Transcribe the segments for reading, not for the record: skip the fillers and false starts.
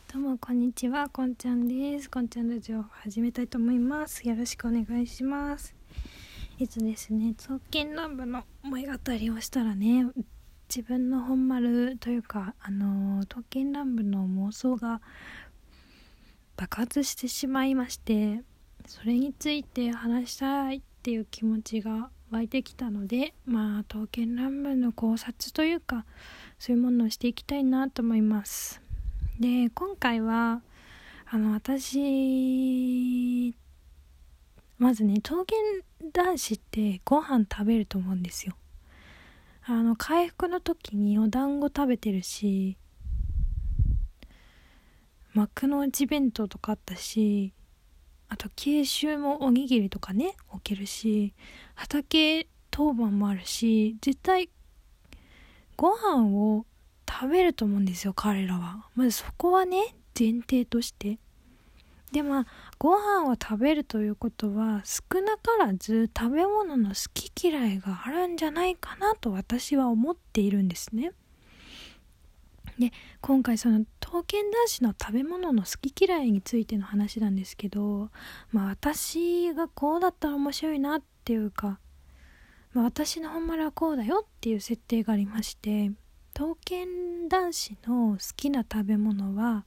どうもこんにちは、こんちゃんです。こんちゃんラジオを始めたいと思います。よろしくお願いします。ですね、刀剣乱舞の物語をしたらね、自分の本丸というか刀剣乱舞の妄想が爆発してしまいまして、それについて話したいっていう気持ちが湧いてきたので、刀剣乱舞の考察というかそういうものをしていきたいなと思います。で、今回は私まずね、刀剣男子ってご飯食べると思うんですよ。回復の時にお団子食べてるし、幕の内弁当とかあったし、あと慶州もおにぎりとかね置けるし、畑当番もあるし、絶対ご飯を食べると思うんですよ、彼らは。まずそこはね、前提として。で、ご飯を食べるということは、少なからず食べ物の好き嫌いがあるんじゃないかなと私は思っているんですね。で、今回その刀剣男子の食べ物の好き嫌いについての話なんですけど、私がこうだったら面白いなっていうか、私の本丸はこうだよっていう設定がありまして、刀剣男子の好きな食べ物は、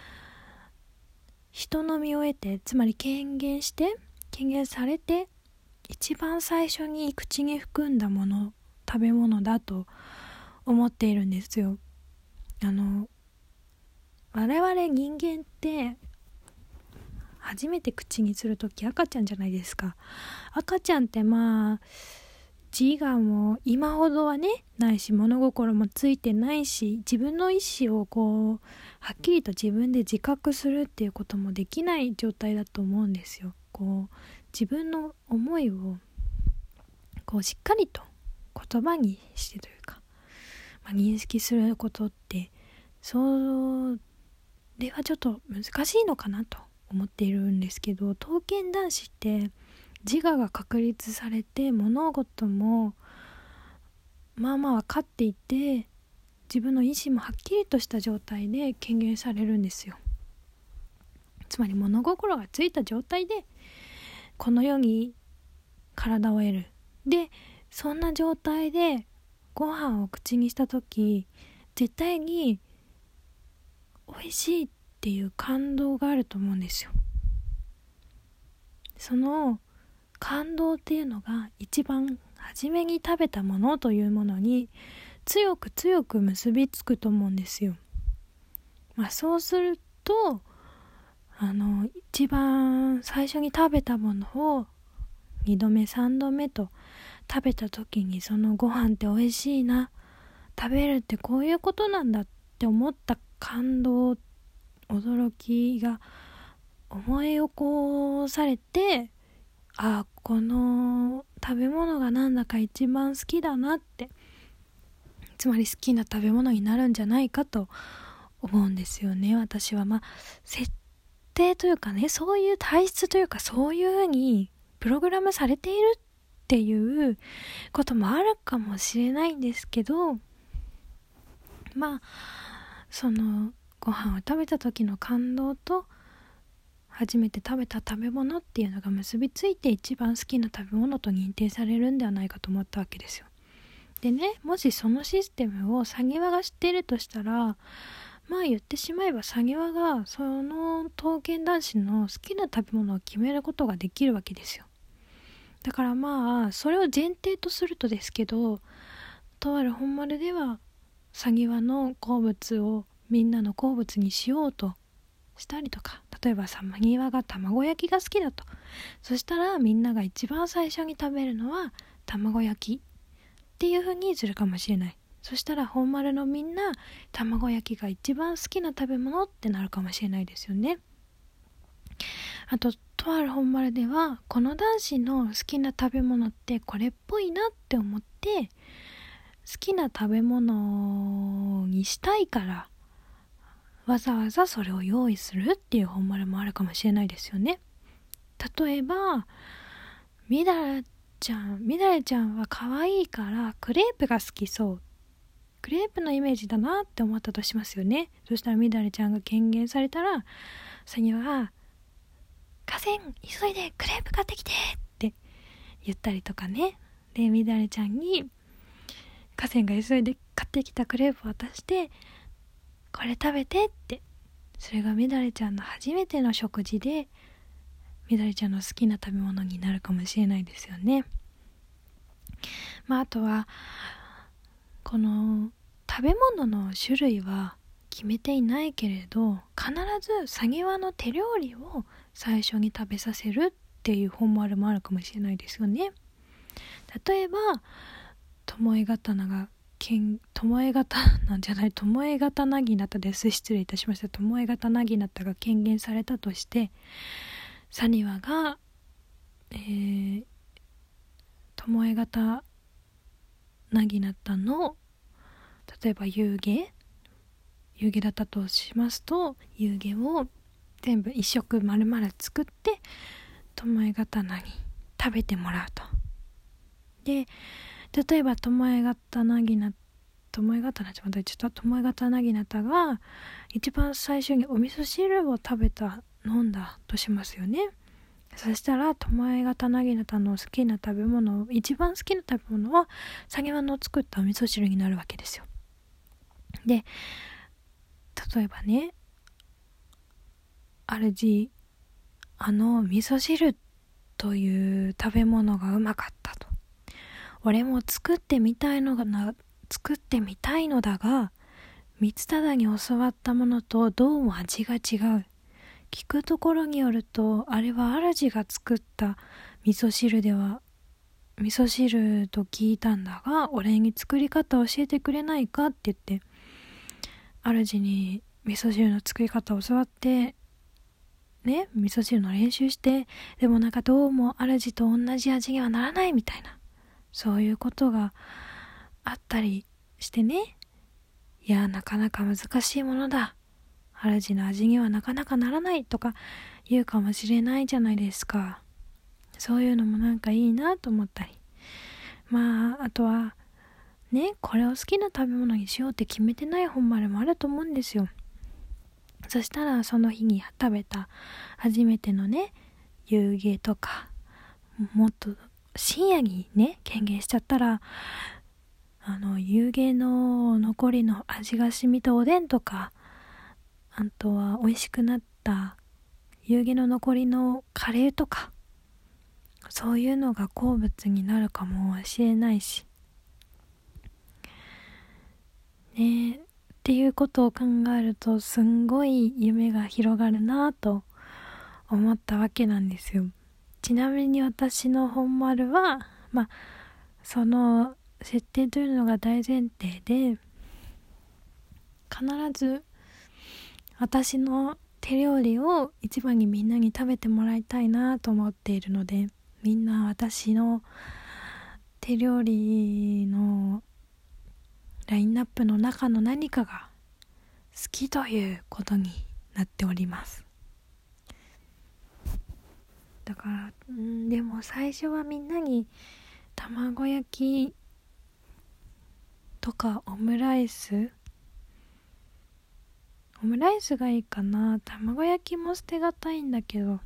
人の身を得て、つまり権限されて一番最初に口に含んだもの、食べ物だと思っているんですよ。我々人間って初めて口にするとき赤ちゃんじゃないですか。赤ちゃんって自我も今ほどはねないし、物心もついてないし、自分の意思をはっきりと自分で自覚するっていうこともできない状態だと思うんですよ。自分の思いをしっかりと言葉にしてというか、認識することってそれはちょっと難しいのかなと思っているんですけど、刀剣男子って自我が確立されて、物事も分かっていて、自分の意思もはっきりとした状態で権限されるんですよ。つまり物心がついた状態でこの世に体を得る。で、そんな状態でご飯を口にした時、絶対に美味しいっていう感動があると思うんですよ。その感動っていうのが一番初めに食べたものというものに強く結びつくと思うんですよ。そうすると一番最初に食べたものを2度目3度目と食べた時に、そのご飯って美味しいな、食べるってこういうことなんだって思った感動、驚きが思い起こされて、この食べ物がなんだか一番好きだなって、つまり好きな食べ物になるんじゃないかと思うんですよね。私は設定というかね、そういう体質というか、そういう風にプログラムされているっていうこともあるかもしれないんですけど、そのご飯を食べた時の感動と初めて食べた食べ物っていうのが結びついて、一番好きな食べ物と認定されるんではないかと思ったわけですよ。でね、もしそのシステムをサギワが知っているとしたら、言ってしまえばサギワがその刀剣男子の好きな食べ物を決めることができるわけですよ。だからそれを前提とするとですけど、とある本丸ではサギワの好物をみんなの好物にしようとしたりとか、例えばサギワが卵焼きが好きだと、そしたらみんなが一番最初に食べるのは卵焼きっていう風にするかもしれない。そしたら本丸のみんな卵焼きが一番好きな食べ物ってなるかもしれないですよね。あと、とある本丸ではこの男子の好きな食べ物ってこれっぽいなって思って、好きな食べ物にしたいからわざわざそれを用意するっていう本丸もあるかもしれないですよね。例えばみだらちゃんは可愛いからクレープが好きそう。ククレープのイメージだなって思ったとしますよね。そしたらみだれちゃんが権限されたら、サニは河川急いでクレープ買ってきてって言ったりとかね。でみだれちゃんに河川が急いで買ってきたクレープを渡して、これ食べてって、それがみだれちゃんの初めての食事で、みだれちゃんの好きな食べ物になるかもしれないですよね。あとはこの食べ物の種類は決めていないけれど、必ずサギワの手料理を最初に食べさせるっていう本丸もあるかもしれないですよね。例えば巴刀なたです。失礼いたしました。巴刀なぎなたが権限されたとして、サニワが巴刀なぎなたの例えば湯気だったとしますと、湯気を全部一食丸々作って巴刀に食べてもらうと。で例えば巴刀なぎなたが一番最初にお味噌汁を飲んだとしますよね。そしたら巴刀なぎなたの一番好きな食べ物はサギワの作ったお味噌汁になるわけですよ。で例えばね、味噌汁という食べ物がうまかったと。俺も作ってみたいのだが、三忠に教わったものとどうも味が違う。聞くところによると、あれは主が作った味噌汁と聞いたんだが、俺に作り方を教えてくれないかって言って、主に味噌汁の作り方を教わってね、味噌汁の練習して、でもどうも主と同じ味にはならないみたいな、そういうことがあったりしてね。いや、なかなか難しいものだ、主の味にはなかなかならないとか言うかもしれないじゃないですか。そういうのもいいなと思ったり、あとはね、これを好きな食べ物にしようって決めてない本丸もあると思うんですよ。そしたらその日に食べた初めてのね、夕げとか、もっと深夜にね権限しちゃったら、夕げの残りの味が染みたおでんとか、あとは美味しくなった夕げの残りのカレーとか、そういうのが好物になるかもしれないしね。っていうことを考えると、すんごい夢が広がるなと思ったわけなんですよ。ちなみに私の本丸はその設定というのが大前提で、必ず私の手料理を一番にみんなに食べてもらいたいなと思っているので、みんな私の手料理のラインナップの中の何かが好きということになっております。だからでも最初はみんなに卵焼きとかオムライスがいいかな。卵焼きも捨てがたいんだけど、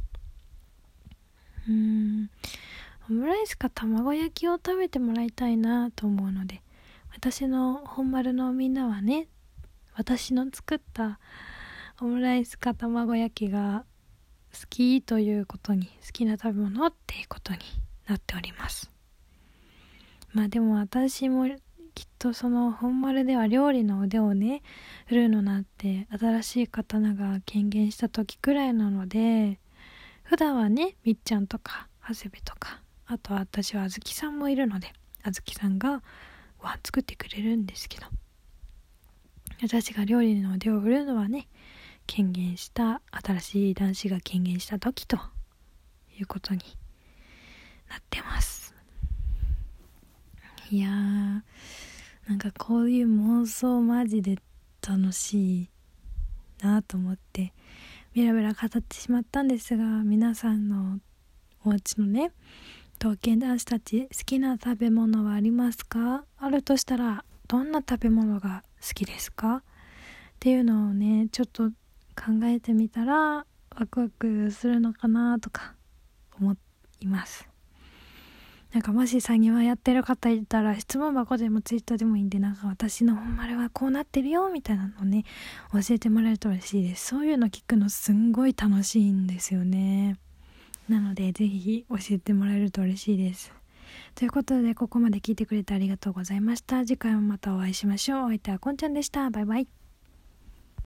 オムライスか卵焼きを食べてもらいたいなと思うので、私の本丸のみんなはね、私の作ったオムライスか卵焼きが好きということに、好きな食べ物っていうことになっております。でも私もきっとその本丸では料理の腕をね振るのなんて新しい刀が権限した時くらいなので、普段はねみっちゃんとか長谷部とか、あとは私はあずきさんもいるので、あずきさんがご飯作ってくれるんですけど、私が料理の腕を振るのはね、権限した新しい男子が権限した時ということになってます。いやー、こういう妄想マジで楽しいなと思ってベラベラ語ってしまったんですが、皆さんのお家の刀剣男子たち好きな食べ物はありますか？あるとしたらどんな食べ物が好きですかっていうのをねちょっと考えてみたらワクワクするのかなとか思います。なんかもし作業やってる方いたら質問箱でもツイッターでもいいんで、なんか私の本丸はこうなってるよみたいなのをね教えてもらえると嬉しいです。そういうの聞くのすんごい楽しいんですよね。なのでぜひ教えてもらえると嬉しいです。ということでここまで聞いてくれてありがとうございました。次回もまたお会いしましょう。お相手はこんちゃんでした。バイバイ。